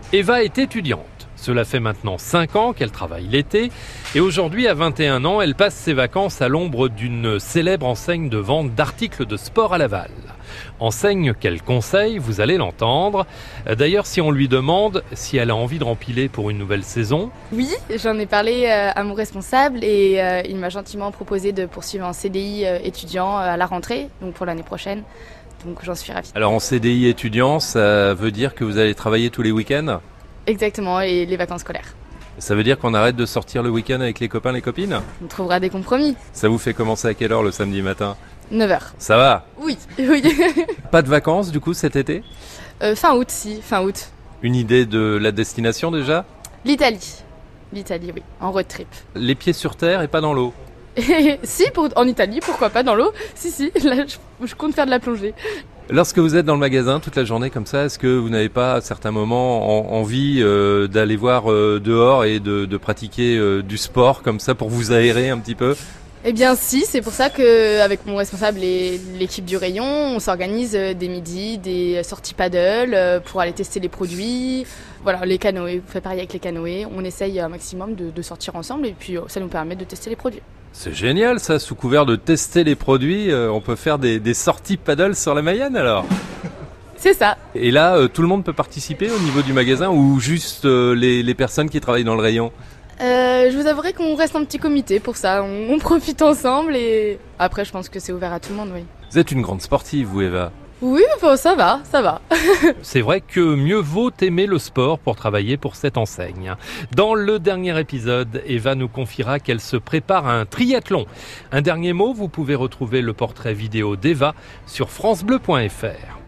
Eva est étudiante. Cela fait maintenant 5 ans qu'elle travaille l'été et aujourd'hui, à 21 ans, elle passe ses vacances à l'ombre d'une célèbre enseigne de vente d'articles de sport à Laval. Enseigne qu'elle conseille, vous allez l'entendre. D'ailleurs, si on lui demande si elle a envie de rempiler pour une nouvelle saison... Oui, j'en ai parlé à mon responsable et il m'a gentiment proposé de poursuivre un CDI étudiant à la rentrée, donc pour l'année prochaine. Donc j'en suis ravie. Alors en CDI étudiant, ça veut dire que vous allez travailler tous les week-ends ? Exactement, et les vacances scolaires. Ça veut dire qu'on arrête de sortir le week-end avec les copains, les copines ? On trouvera des compromis. Ça vous fait commencer à quelle heure le samedi matin ? 9h. Ça va ? Oui. Pas de vacances du coup cet été ? Fin août, fin août. Une idée de la destination déjà ? L'Italie, oui, en road trip. Les pieds sur terre et pas dans l'eau ? Si, en Italie, pourquoi pas dans l'eau ? Si, là je compte faire de la plongée. Lorsque vous êtes dans le magasin toute la journée comme ça, est-ce que vous n'avez pas à certains moments envie d'aller voir dehors et de pratiquer du sport comme ça pour vous aérer un petit peu ? Eh bien si, c'est pour ça qu'avec mon responsable et l'équipe du rayon, on s'organise des midis, des sorties paddle pour aller tester les produits. Voilà, les canoës, on fait pareil avec les canoës, on essaye un maximum de sortir ensemble et puis ça nous permet de tester les produits. C'est génial ça, sous couvert de tester les produits, on peut faire des sorties paddle sur la Mayenne alors ? C'est ça. Et là, tout le monde peut participer au niveau du magasin ou juste les personnes qui travaillent dans le rayon ? Je vous avouerai qu'on reste un petit comité pour ça, on profite ensemble et après je pense que c'est ouvert à tout le monde, oui. Vous êtes une grande sportive, vous Eva ? Oui, bon, ça va. C'est vrai que mieux vaut aimer le sport pour travailler pour cette enseigne. Dans le dernier épisode, Eva nous confiera qu'elle se prépare à un triathlon. Un dernier mot, vous pouvez retrouver le portrait vidéo d'Eva sur francebleu.fr.